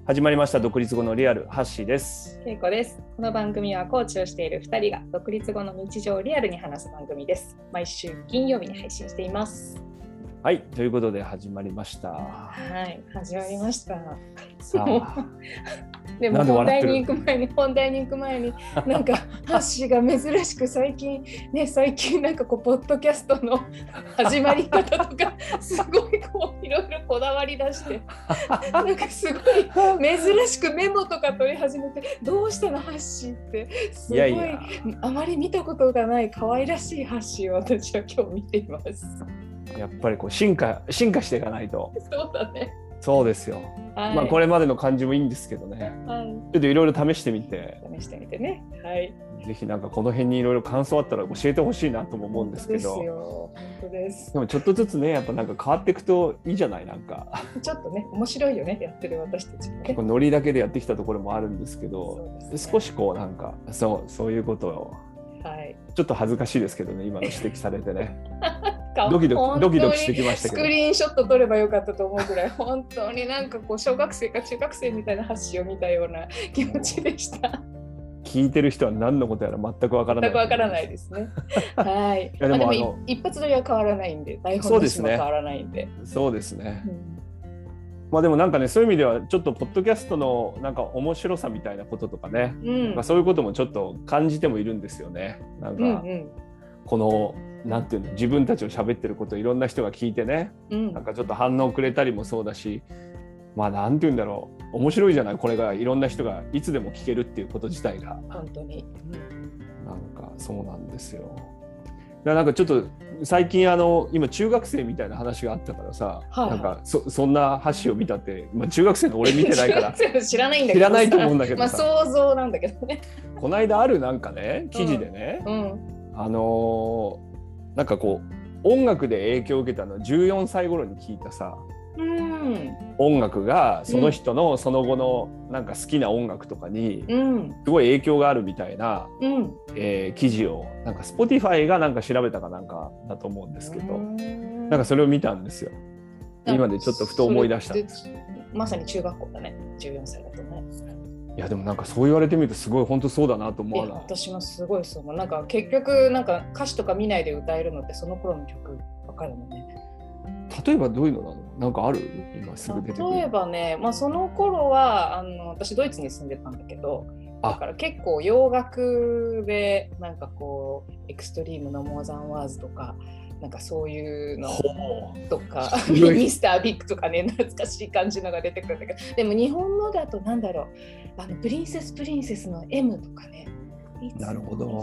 始まりました独立後のリアルハッシーです。 けいこです。この番組はコーチをしている2人が独立後の日常をリアルに話す番組です。毎週金曜日に配信しています。 はい、ということで始まりました。 はい、始まりました。 さあでも本題に行く前になんかハッシーが珍しく最近なんかこうポッドキャストの始まり方とかすごいこういろいろこだわり出してなんかすごい珍しくメモとか取り始めて、どうしたのハッシーってすごいあまり見たことがない可愛らしいハッシーを私は今日見ています。 やっぱりこう進化していかないと。 そうだね。 そうですよ。 はい、 まあこれまでの感じもいいんですけどね。 はい、 ちょっといろいろ試してみてね。はい。 ぜひなんかこの辺にいろいろ感想あったら教えてほしいなとも思うんですけど。 本当です。 でもちょっとずつね、やっぱなんか変わっていくといいじゃない、なんか。 ちょっとね、面白いよね、やってる私たちもね。 結構ノリだけでやってきたところもあるんですけど、少しこうなんかそういうことを、はい、ちょっと恥ずかしいですけどね、今の指摘されてね。ドキドキしてきましたけど、 スクリーンショット撮ればよかったと思うぐらい本当になんかこう小学生か中学生みたいな発信を見たような気持ちでした。 聞いてる人は何のことやら全くわからない。 全くわからないですね。はい。でも一発撮りは変わらないんで、台本の詞も変わらないんで。 そうですね。まあでもなんかね、そういう意味ではちょっとポッドキャストのなんか面白さみたいなこととかね、まあそういうこともちょっと感じてもいるんですよね。なんかこのなんていうの、自分たちを喋ってることをいろんな人が聞いてね、なんかちょっと反応くれたりもそうだし、まあなんていうんだろう、面白いじゃない、これがいろんな人がいつでも聞けるっていうこと自体が。 本当に、 なんかそうなんですよ。なんかちょっと最近今中学生みたいな話があったからさ、なんかそんな橋を見たって、まあ、中学生の俺見てないから知らないんだけど、 知らないと思うんだけどさ、 まあ想像なんだけどね。 この間あるなんかね記事でね、なんかこう音楽で影響を受けたの14歳頃に聞いたさ、音楽がその人のその後のなんか好きな音楽とかにすごい影響があるみたいな、記事をなんか Spotify がなんか調べたかなんかだと思うんですけど、なんかそれを見たんですよ。今でちょっとふと思い出したんです。 まさに中学校だね、14歳だとね。 いやでもなんかそう言われてみるとすごい本当そうだなと思わない？ 私もすごいそう。なんか結局なんか歌詞とか見ないで歌えるのってその頃の曲ばっかりだもんね。 例えばどういうのなの？なんかある？今すぐ出てくる。 例えばね、まあ、その頃は私ドイツに住んでたんだけど、だから結構洋楽でなんかこうエクストリームのモーザンワーズとかなんかそういうのとかミスタービッグとかね、懐かしい感じのが出てくるんだけど、でも日本のだとなんだろう、プリンセスの M とかね。 なるほど。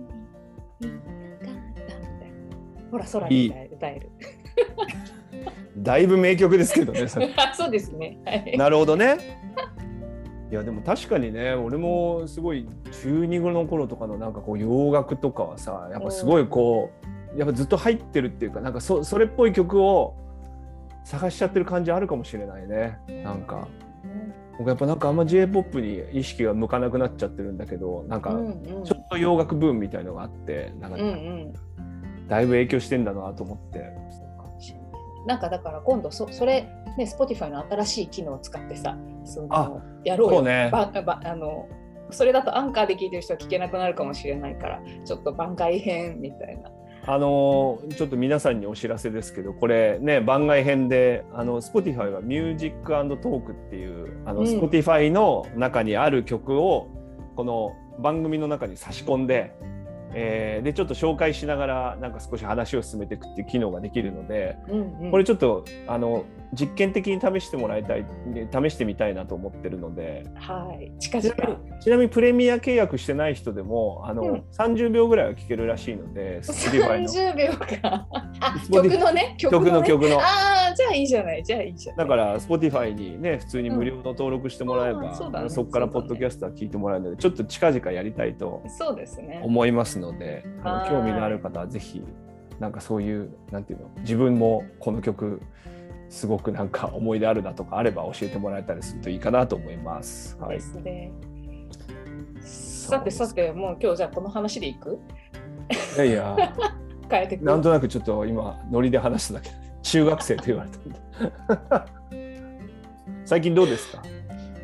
ほら空に歌える。 だいぶ名曲ですけどね。 そうですね。はい、 なるほどね。いやでも確かにね、俺もすごい中2の頃とかのなんかこう洋楽とかはさ、やっぱすごいこうやっぱずっと入ってるっていうか、なんかそれっぽい曲を探しちゃってる感じあるかもしれないね。なんか僕やっぱなんかあんま J-POP に意識が向かなくなっちゃってるんだけど、なんかちょっと洋楽ブームみたいのがあって、なんかだいぶ影響してんだなと思って。 なんかだから今度それね、Spotify の新しい機能を使ってさ、やろうよ。そうね。それだとアンカーで聞いてる人は聞けなくなるかもしれないから、ちょっと番外編みたいな。 ちょっと皆さんにお知らせですけど、これね番外編でSpotify は Music&Talk っていうSpotify の中にある曲をこの番組の中に差し込んで、でちょっと紹介しながらなんか少し話を進めていくっていう機能ができるので、これちょっと実験的に試してみたいなと思ってるので、 はい、近々。 ちなみにプレミア契約してない人でも30秒ぐらいは聴けるらしいので、 30秒か。曲のね。ああ、じゃあいいじゃない。 だから Spotify にね普通に無料の登録してもらえば、そこからポッドキャストは聞いてもらえるので、ちょっと近々やりたいと思いますので、興味のある方はぜひなんかそういうなんていうの、自分もこの曲すごくなんか思い出あるなとかあれば教えてもらえたりするといいかなと思います。はい。 ですね。さてもう今日じゃあこの話でいく？ いや変えてくる。なんとなくちょっと今ノリで話しただけ。中学生と言われたんで。最近どうですか？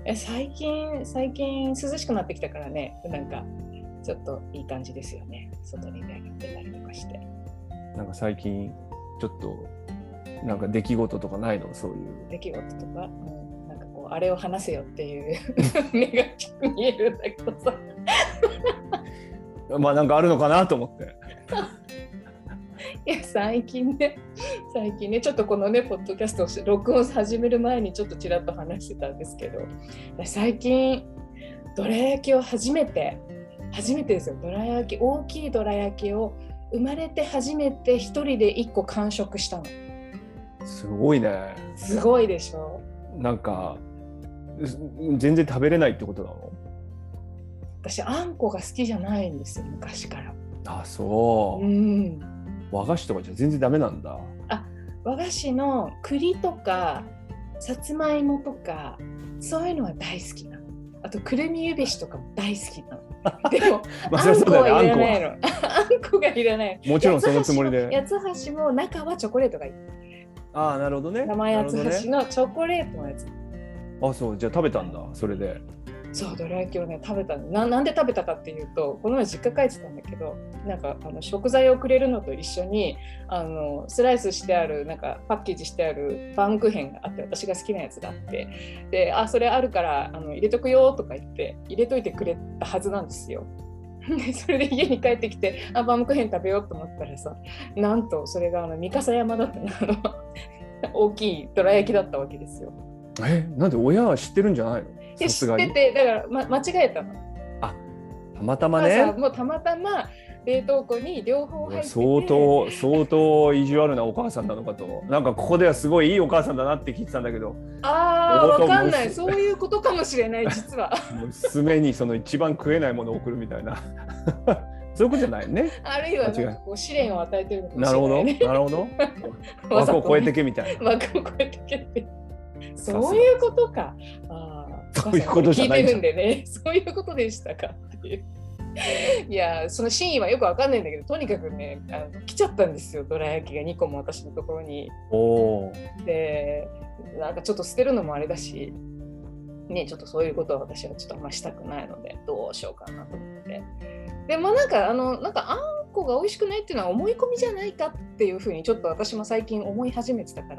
最近涼しくなってきたからね、なんかちょっといい感じですよね。外に出たりとかして。 なんか最近ちょっとなんか出来事とかないの？そういう出来事とか、なんかこうあれを話せよっていう目が見えるんだけどさ。 まあなんかあるのかなと思って。 いや最近ねちょっとこのねポッドキャストを録音始める前にちょっとちらっと話してたんですけど、最近どら焼きを初めてですよ。大きいどら焼きを生まれて初めて一人で1個完食したの。 すごいね。 すごいでしょ。 なんか全然食べれないってことなの？ 私あんこが好きじゃないんですよ、昔から。 あ、そう。和菓子とかじゃ全然ダメなんだ。 和菓子の栗とかさつまいもとかそういうのは大好きなの。あとくるみゆべしとかも大好きなの。でもあんこはいらないの。あんこがいらない。 もちろんそのつもりで。 八つ橋も中はチョコレートがいい。 ああ、なるほどね。 生八つ橋のチョコレートのやつ。 あ、そう。じゃあ食べたんだ、それで。 そう、どら焼きをね食べたの。なんで食べたかっていうと、この前実家帰ってたんだけど、なんか食材をくれるのと一緒にスライスしてあるなんかパッケージしてあるバウムクーヘンがあって、私が好きなやつがあって、でそれあるから入れとくよとか言って入れといてくれたはずなんですよ。でそれで家に帰ってきてバウムクーヘン食べようと思ったらさ、なんとそれが三笠山だったの大きいどら焼きだったわけですよ。 なんで親は知ってるんじゃないの？ 知ってて、だから、間違えたの。 あ、たまたまね。 もうたまたま冷凍庫に両方入ってて、 相当意地悪なお母さんなのかと。なんかここではすごいいいお母さんだなって聞いてたんだけど。 わかんない。そういうことかもしれない、実は。 娘にその一番食えないものを送るみたいな。そういうことじゃないね。 あるいはなんかこう試練を与えてるのかもしれないね。 なるほど。枠を超えてけみたいな。 枠を超えてけって。そういうことか。 そういうことじゃない。 聞いてるんでね、そういうことでしたかっていう。いや、その真意はよくわかんないんだけど、とにかくね、来ちゃったんですよ、どら焼きが2個も私のところに。で、なんかちょっと捨てるのもあれだし、ね、ちょっとそういうことは私はちょっとあんましたくないので、どうしようかなと思って。でもなんかあんこが美味しくないっていうのは思い込みじゃないかっていうふうにちょっと私も最近思い始めてたから。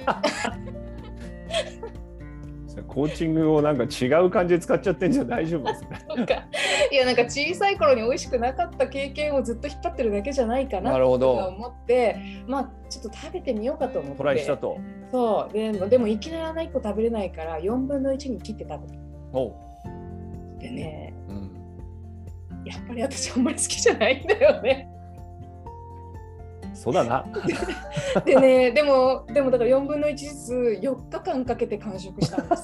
コーチングをなんか違う感じで使っちゃってんじゃ大丈夫ですか？ いや、なんか小さい頃に美味しくなかった経験をずっと引っ張ってるだけじゃないかなと思って、まあちょっと食べてみようかと思ってトライしたと。 そうでもいきなり1個食べれないから4分の1に切って食べた。でね、やっぱり私あんまり好きじゃないんだよね。 そうだな。 でね、でもだから4分の1ずつ4日間かけて完食したんです。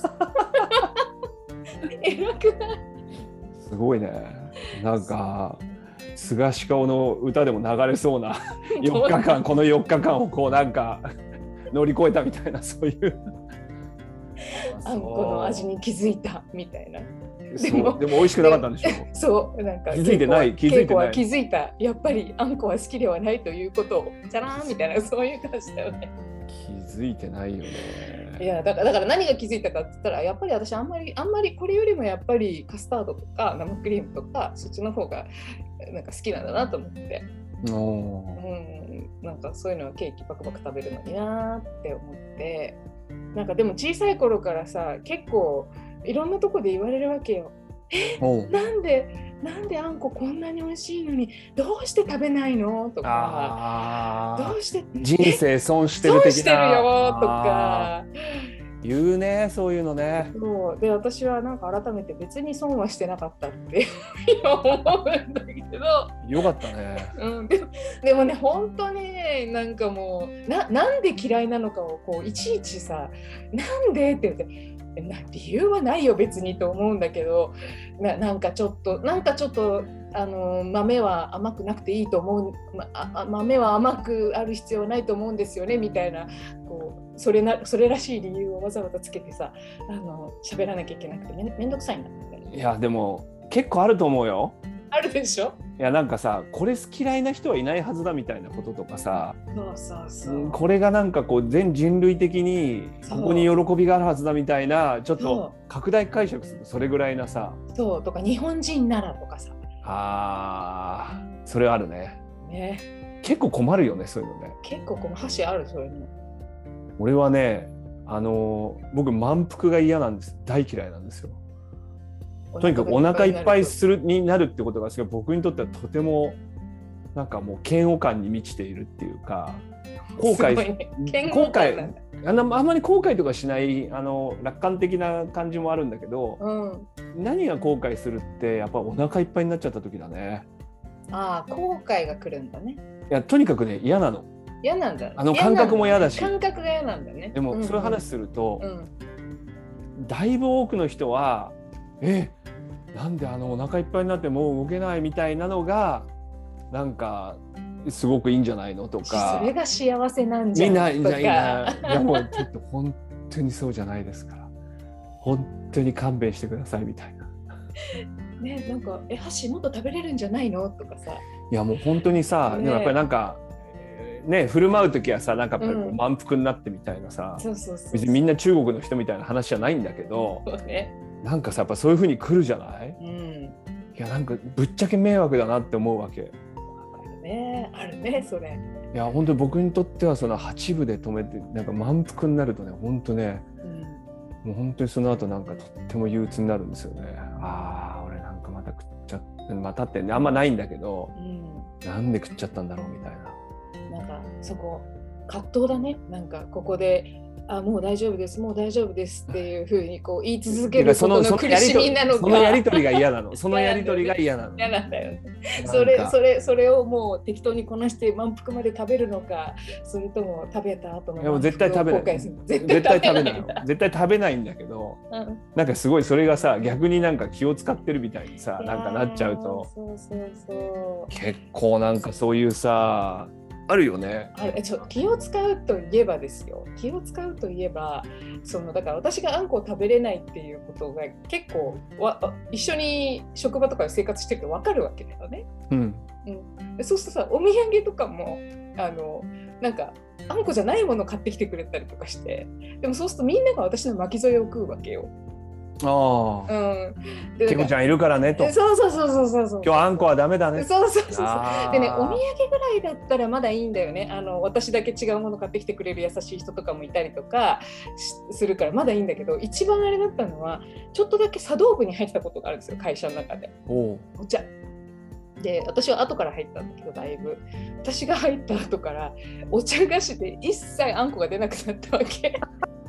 偉くない？ すごいね。なんか菅氏顔の歌でも流れそうな4日間この4日間をこうなんか乗り越えたみたいな、そういうあんこの味に気づいたみたいな。 でも美味しくなかったんでしょう。 そうなんか気づいてない。 稽古は気づいた。やっぱりあんこは好きではないということをじゃらーんみたいな、そういう感じだよね。 気づいてないよね。 いやだから何が気づいたかって言ったら、やっぱり私あんまりこれよりもやっぱりカスタードとか生クリームとかそっちの方がなんか好きなんだなと思って。なんかそういうのはケーキバクバク食べるのになって思って。なんかでも小さい頃からさ、結構いろんなとこで言われるわけよ。なんであんここんなに美味しいのにどうして食べないのとか、どうして人生損してる的な、 損してるよとか言うね、そういうのね。 そうで、私はなんか改めて別に損はしてなかったって思うんだけど。 よかったね。 でもね、本当にね、なんかもうなんで嫌いなのかをこういちいちさ、なんでって言って。理由はないよ別にと思うんだけど、なんかちょっと豆は甘くなくていいと思う、豆は甘くある必要はないと思うんですよねみたいな、こうそれらしい理由をわざわざつけてさ、喋らなきゃいけなくてめんどくさいなみたいな。 いやでも結構あると思うよ。 あるでしょ。 いやなんかさ、これ嫌いな人はいないはずだみたいなこととかさ、 そうそうそう。 これがなんかこう全人類的にここに喜びがあるはずだみたいな、ちょっと拡大解釈するとそれぐらいなさ。 そうとか日本人ならとかさ。 あー、それあるね。 ね。 結構困るよね、そういうのね。 結構この箸ある、そういうの。 俺はね、僕満腹が嫌なんです。大嫌いなんですよ。とにかくお腹いっぱいになるってことが僕にとってはとてもなんかもう嫌悪感に満ちているっていうか、後悔、あんまり後悔とかしない楽観的な感じもあるんだけど、何が後悔するってやっぱお腹いっぱいになっちゃった時だね。 ああ、後悔が来るんだね。 いやとにかくね、嫌なの。 嫌なんだ。 感覚も嫌だし。 感覚が嫌なんだね。 でもそういう話すると、だいぶ多くの人はなんでお腹いっぱいになってもう動けないみたいなのがなんかすごくいいんじゃないのとか、 それが幸せなんじゃないとか。いやもうちょっと本当にそうじゃないですから、本当に勘弁してくださいみたいな。 ね、なんか箸もっと食べれるんじゃないのとかさ。 いやもう本当にさ、やっぱりなんかね、振る舞う時はさ、なんかやっぱりこう満腹になってみたいなさ、別にみんな中国の人みたいな話じゃないんだけど、なんかさ、やっぱそういう風に来るじゃない、いやなんかぶっちゃけ迷惑だなって思うわけ。 あるね、それ。 いや本当に僕にとってはその8分で止めてなんか満腹になるとね、本当ね、もう本当にその後なんかとっても憂鬱になるんですよね。ああ、俺なんかまた食っちゃって、またってあんまないんだけど、なんで食っちゃったんだろうみたいな。 なんかそこ葛藤だね。なんかここでもう大丈夫です、もう大丈夫ですっていうふうにこう言い続けるその苦しみなのか、 そのやりとりが嫌なの。そのやりとりが嫌なの。 嫌なんだよね。それをもう適当にこなして満腹まで食べるのか、それとも食べた後の満腹を後悔する。絶対食べない。絶対食べないんだけど、なんかすごいそれがさ、逆になんか気を使ってるみたいにさ、なんかなっちゃうと、結構なんかそういうさ。あるよね。 気を使うといえばですよ。気を使うといえば、だから私があんこを食べれないっていうことが結構一緒に職場とかで生活してると分かるわけだよね。そうするとさ、お土産とかもなんかあんこじゃないものを買ってきてくれたりとかして、でもそうするとみんなが私の巻き添えを食うわけよ。 ケコちゃんいるからねと。 そう今日あんこはダメだね。 そうでね、お土産ぐらいだったらまだいいんだよね。私だけ違うもの買ってきてくれる優しい人とかもいたりとかするからまだいいんだけど、一番あれだったのはちょっとだけ茶道部に入ってたことがあるんですよ、会社の中で。お茶で、私は後から入ったんだけど、だいぶ私が入った後からお茶菓子で一切あんこが出なくなったわけ。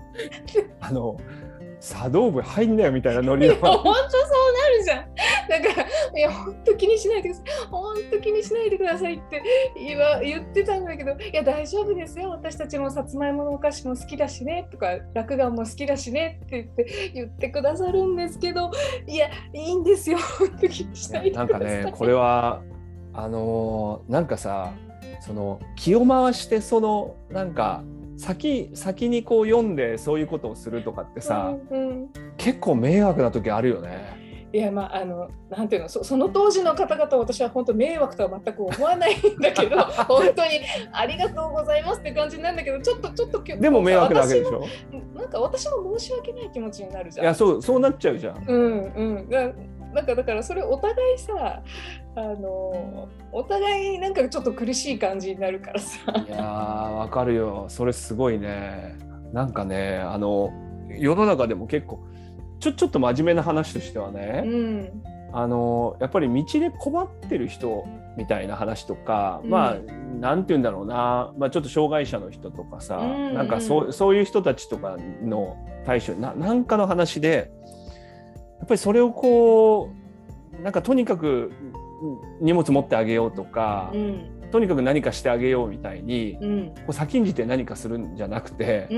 茶道部入んなよみたいなノリは本当そうなるじゃん。だからいや本当気にしないでください、本当気にしないでくださいって言ってたんだけど、いや大丈夫ですよ、私たちもさつまいものお菓子も好きだしねとか落雁も好きだしねって言ってくださるんですけど、いやいいんですよ、本当気にしないでください。 なんかね、これはなんかさ、その気を回してなんか先にこう読んでそういうことをするとかってさ、結構迷惑な時あるよね。 いやなんていうの、その当時の方々は私は本当迷惑とは全く思わないんだけど本当にありがとうございますって感じなんだけど、ちょっとでも迷惑なわけでしょ。 なんか私も申し訳ない気持ちになるじゃん。 いやそうなっちゃうじゃん。 だからそれお互いさ、お互いなんかちょっと苦しい感じになるからさ。 いやわかるよ、それすごいね。なんかね、世の中でも結構ちょっと真面目な話としてはね、やっぱり道で困ってる人みたいな話とか、なんて言うんだろうな、ちょっと障害者の人とかさ、なんかそういう人たちとかの対処なんかの話で、やっぱりそれをこうなんかとにかく荷物持ってあげようとか、とにかく何かしてあげようみたいに、こう先んじて何かするんじゃなくて、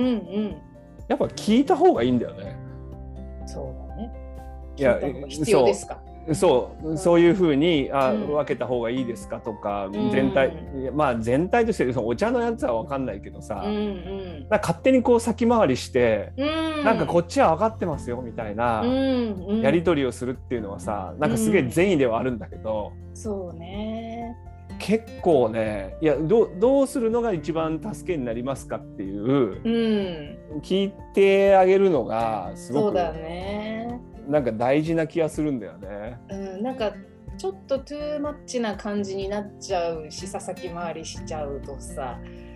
やっぱ聞いた方がいいんだよね。 そうだね。いや必要ですか。 そういうふうに分けた方がいいですかとか、全体としてお茶のやつは分かんないけどさ、なんか勝手にこう先回りして、なんかこっちは分かってますよみたいなやり取りをするっていうのはさ、なんかすげえ善意ではあるんだけど、 そうね、 結構ね、いやどうするのが一番助けになりますかっていう、聞いてあげるのがすごく、そうだね、なんか大事な気がするんだよね。 なんかちょっとトゥーマッチな感じになっちゃうし、先回りしちゃうとさ、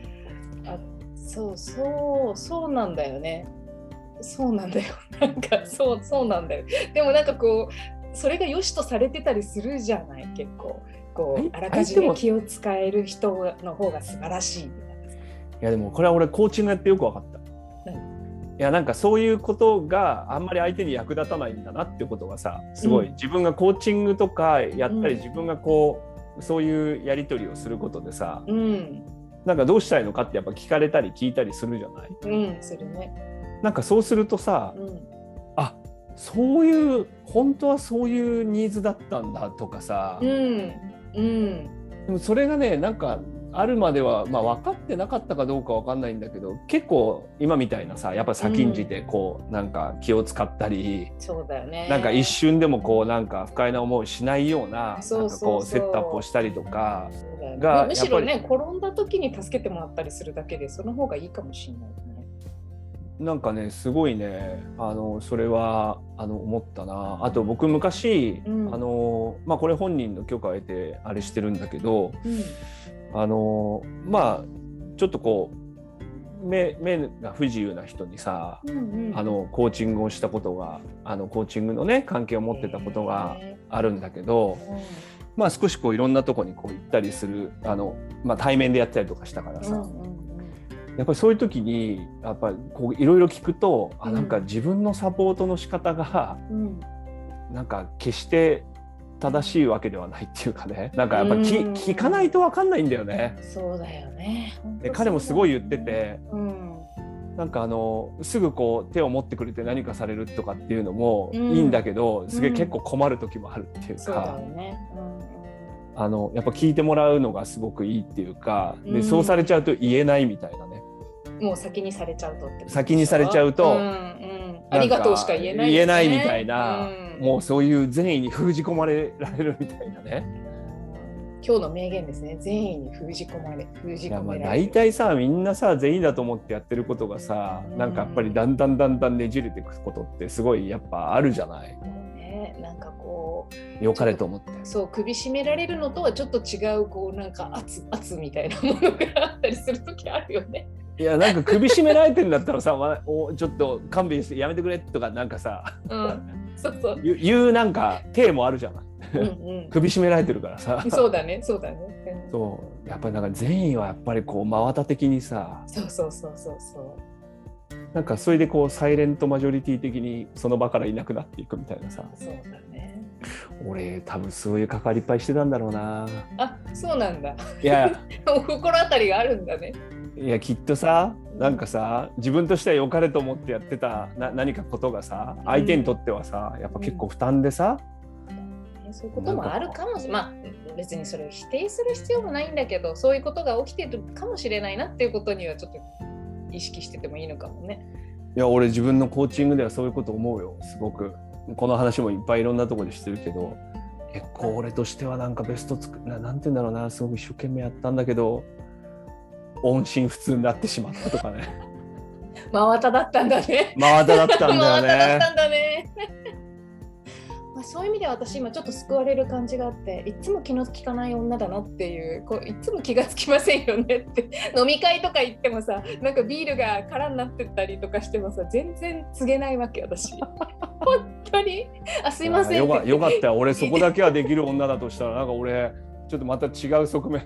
そうなんだよね。そうなんだよ。なんかそうなんだよ。でもなんかこうそれが良しとされてたりするじゃない、結構。こうあらかじめ気を使える人の方が素晴らしいみたいな。いやでもこれは俺コーチングやってよく分かった。いやなんかそういうことがあんまり相手に役立たないんだなっていうことがさ、すごい自分がコーチングとかやったり、自分がこうそういうやり取りをすることでさ、なんかどうしたいのかってやっぱ聞かれたり聞いたりするじゃない。 するね。 なんかそうするとさ、あ、そういう本当はそういうニーズだったんだとかさ、でもそれがね、なんかあるまでは、分かってなかったかどうか分かんないんだけど、結構今みたいなさ、やっぱ先んじてこう、なんか気を使ったり、 そうだよね、 なんか一瞬でもこうなんか不快な思いしないような、なんかこうセットアップをしたりとかが、 むしろね、転んだ時に助けてもらったりするだけでその方がいいかもしれないね。 なんかね、すごいね、それは思ったな。あと僕昔、これ本人の許可を得てあれしてるんだけど、ちょっとこう目が不自由な人にさ、コーチングをしたことが、コーチングのね関係を持ってたことがあるんだけど、少しこういろんなとこにこう行ったりする、対面でやったりとかしたからさ、やっぱりそういう時にやっぱりこういろいろ聞くと、なんか自分のサポートの仕方が、なんか決して正しいわけではないっていうかね、なんかやっぱ聞かないと分かんないんだよね。 そうだよね。 で彼もすごい言ってて、なんかすぐこう手を持ってくれて何かされるとかっていうのもいいんだけど、すげえ結構困る時もあるっていうか、そうだよね。やっぱ聞いてもらうのがすごくいいっていうか、でそうされちゃうと言えないみたいなね。 もう先にされちゃうとって先にされちゃうと、 ありがとうしか言えない、 言えないみたいな、もうそういう善意に封じ込まれられるみたいなね。 今日の名言ですね。善意に封じ込められる。 大体さ、みんなさ善意だと思ってやってることがさ、なんかやっぱりだんだんねじれていくことってすごいやっぱあるじゃない。 なんかこう良かれと思って、 そう首絞められるのとはちょっと違う、こうなんか圧みたいなものがあったりする時あるよね。 いやなんか首絞められてんだったらさ、ちょっと勘弁してやめてくれとかなんかさ、 そう言うなんか体もあるじゃない。首絞められてるからさ。 そうだね。 そうやっぱりなんか善意はやっぱりこう真綿的にさ、 そうなんかそれでこうサイレントマジョリティ的にその場からいなくなっていくみたいなさ。 そうだね。 俺多分そういう関わりいっぱいしてたんだろうな。 あ、そうなんだ。 いや心当たりがあるんだね。 いやきっとさ、なんかさ、自分としては良かれと思ってやってた何かことがさ、相手にとってはさ、やっぱ結構負担でさ、 そういうこともあるかもしれない。別にそれを否定する必要もないんだけど、そういうことが起きてるかもしれないなっていうことにはちょっと意識しててもいいのかもね。 いや俺自分のコーチングではそういうこと思うよ。すごくこの話もいっぱいいろんなところでしてるけど、結構俺としてはなんかベストなんて言うんだろうな、すごく一生懸命やったんだけど音信不通になってしまったとかね。 真綿だったんだね。 真綿だったんだよね。 真綿だったんだね。そういう意味では私今ちょっと救われる感じがあって、いつも気の利かない女だなっていう、いつも気がつきませんよねって飲み会とか行ってもさ、なんかビールが空になってたりとかしてもさ、全然告げないわけ私。本当にすいませんって。 よかったよ。俺そこだけはできる女だとしたらなんか俺ちょっとまた違う側面。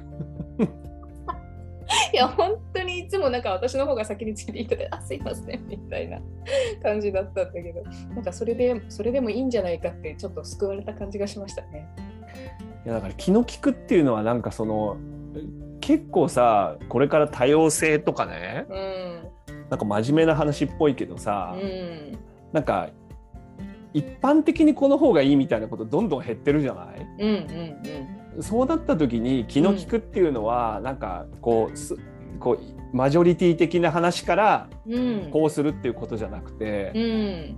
いや本当にいつもなんか私の方が先についていただいて、すいませんみたいな感じだったんだけど、なんかそれでもいいんじゃないかってちょっと救われた感じがしましたね。 いやだから気の利くっていうのはなんかその結構さ、これから多様性とかね、なんか真面目な話っぽいけどさ、なんか一般的にこの方がいいみたいなことどんどん減ってるじゃない。 うんうんうん、 そうなった時に気の利くっていうのは、なんかこうマジョリティ的な話からこうするっていうことじゃなくて、 うん、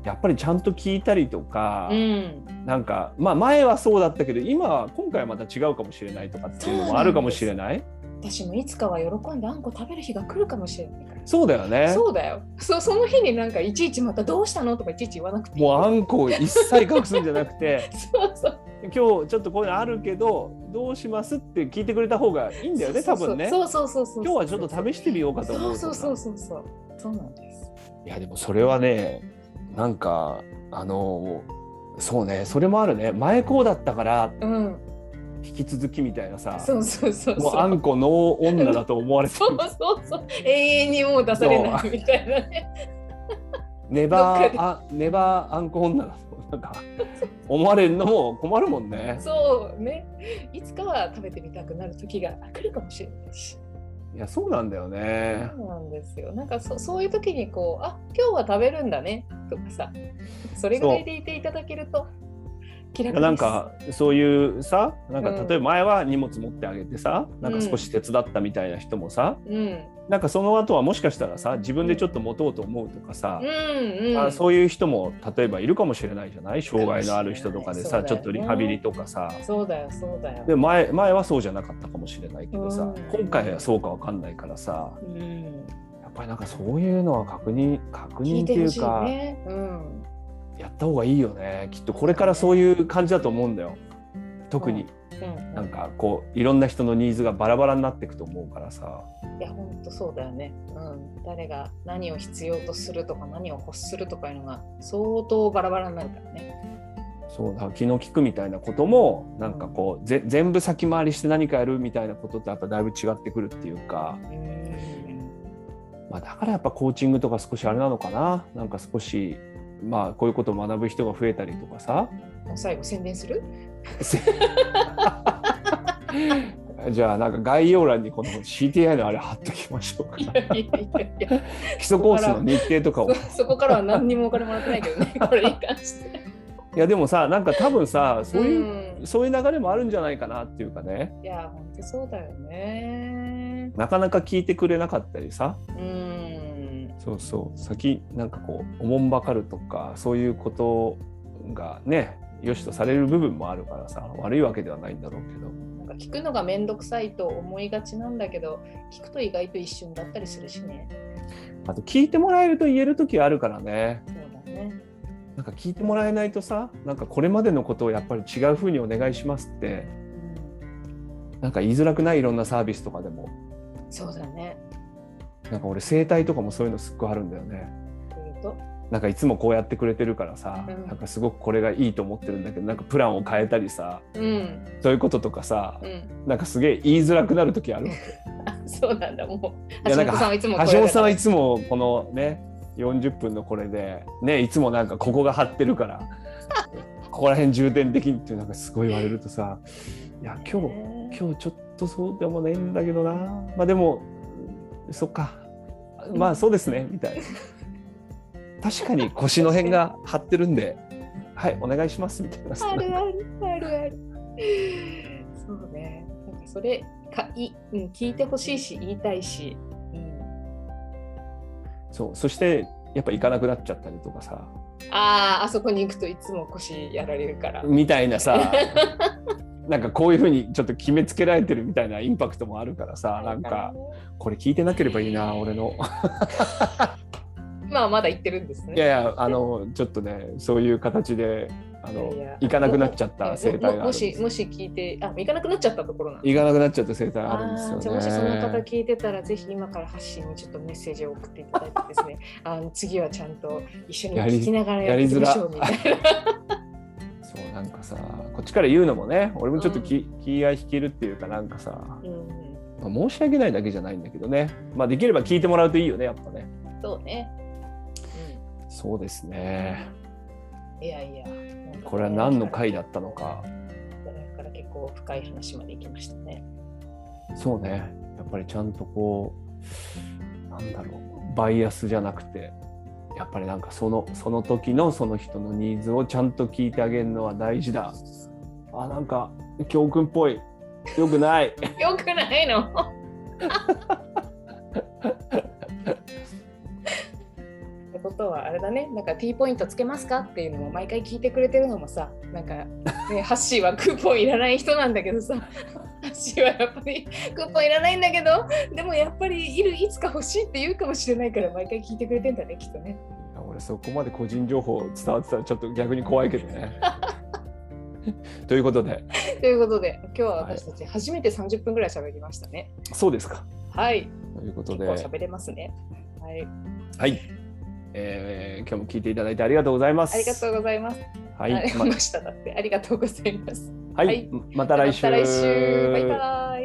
やっぱりちゃんと聞いたりとか、 うん、 なんかまあ前はそうだったけど今回はまた違うかもしれないとかっていうのもあるかもしれない。 私もいつかは喜んであんこ食べる日が来るかもしれないから。 そうだよね。 そうだよ。その日になんかいちいちまたどうしたのとかいちいち言わなくていい。 もうあんこを一切隠すんじゃなくてそうそう、 今日ちょっとこういうのあるけどどうしますって聞いてくれた方がいいんだよね、多分ね。 そうそうそう、 今日はちょっと試してみようかと思うとか。 そうそうなんです。 いやでもそれはね、なんかそうね、それもあるね。前こうだったから、うん、引き続きみたいなさ、 そうもうあんこの女だと思われてるそう永遠にもう出されないみたいなねネバーあんこ女だとなんか思われるのも困るもんね。 そうね、いつかは食べてみたくなる時が来るかもしれないし。 いやそうなんだよね。 そうなんですよ。なんかそういう時にこう、あ、今日は食べるんだねとかさ、それぐらいでいていただけると気楽です。 なんかそういうさ、なんか例えば前は荷物持ってあげてさ、なんか少し手伝ったみたいな人もさ、なんかその後はもしかしたらさ、自分でちょっと持とうと思うとかさ、そういう人も例えばいるかもしれないじゃない。障害のある人とかでさ、ちょっとリハビリとかさ。 そうだよ。 で前はそうじゃなかったかもしれないけどさ、今回はそうかわかんないからさ、やっぱりなんかそういうのは確認っていうか、やった方がいいよね。きっとこれからそういう感じだと思うんだよ。特に、なんかこういろんな人のニーズがバラバラになっていくと思うからさ。 いや本当そうだよね、誰が何を必要とするとか何を欲するとかいうのが相当バラバラになるからね。 そうだ、気の利くみたいなこともなんかこう全部先回りして何かやるみたいなこととやっぱだいぶ違ってくるっていうか、まあ、だからやっぱコーチングとか少しあれなのかな。なんか少しまあこういうことを学ぶ人が増えたりとかさ。 最後宣伝するじゃあなんか概要欄にこの CTI のあれ貼っておきましょうか。いや基礎コースの日程とかをそこからは何にもお金もらってないけどねこれに関して。 いやでもさ、なんか多分さ、そういう流れもあるんじゃないかなっていうかね。 いや本当そうだよね。 なかなか聞いてくれなかったりさ、そう先なんかこうおもんばかるとかそういうことがね良しとされる部分もあるからさ、悪いわけではないんだろうけど、 なんか聞くのがめんどくさいと思いがちなんだけど、聞くと意外と一瞬だったりするしね。 あと聞いてもらえると言える時あるからね。 そうだね。 なんか聞いてもらえないとさ、なんかこれまでのことをやっぱり違う風にお願いしますって、なんか言いづらくない？いろんなサービスとかでも。 そうだね。 なんか俺整体とかもそういうのすっごいあるんだよね。なんかいつもこうやってくれてるからさ、なんかすごくこれがいいと思ってるんだけど、なんかプランを変えたりさ、そういうこととかさ、なんかすげえ言いづらくなる時あるわけ。 そうなんだ。もう橋本さんはいつもこのね40分のこれでね、いつもなんかここが張ってるからここら辺重点的にってなんかすごい言われるとさ、いや今日ちょっとそうでもないんだけどな、まあでもそっか、まあそうですねみたいな。確かに腰の辺が張ってるんで、はいお願いしますみたいな。 ある。そうね。なんかそれ聞いてほしいし言いたいし、 そしてやっぱ行かなくなっちゃったりとかさ。 あそこに行くといつも腰やられるからみたいなさ。なんかこういうふうにちょっと決めつけられてるみたいなインパクトもあるからさ、なんかこれ聞いてなければいいな俺の。 まだ言ってるんですね。 いやちょっとねそういう形で行かなくなっちゃった生態があるんです。 もし聞いて行かなくなっちゃったところなんです。行かなくなっちゃった生態があるんですよね。 じゃあもしその方聞いてたらぜひ今から発信にちょっとメッセージを送っていただいてですね次はちゃんと一緒に聞きながらやりましょうみたいな。 そうなんかさ、こっちから言うのもね、俺もちょっと気合い引けるっていうかなんかさ、申し訳ないだけじゃないんだけどね、できれば聞いてもらうといいよねやっぱね。 そうね。 そうですね。 いやこれは何の回だったのか。 だから結構深い話まで行きましたね。 そうね。やっぱりちゃんとこうなんだろう、バイアスじゃなくて、 やっぱりなんかその時のその人のニーズをちゃんと聞いてあげるのは大事だ。なんか教訓っぽい。よくない。 よくないの。ってことはあれだね、なんか T ポイントつけますかっていうのも毎回聞いてくれてるのもさ、なんか、ね、ハッシーはクーポンいらない人なんだけどさ、ハッシーはやっぱりクーポンいらないんだけど、でもやっぱりいつか欲しいって言うかもしれないから毎回聞いてくれてんだね、きっとね。 俺そこまで個人情報伝わってたらちょっと逆に怖いけどね。ということで今日は私たち初めて30分ぐらい喋りましたね。 そうですか。 はい。 ということで結構喋れますね。はい。 はい。今日も聞いていただいてありがとうございます。 ありがとうございます。 はい。 ありがとうございます。 はい。また来週。 バイバイ。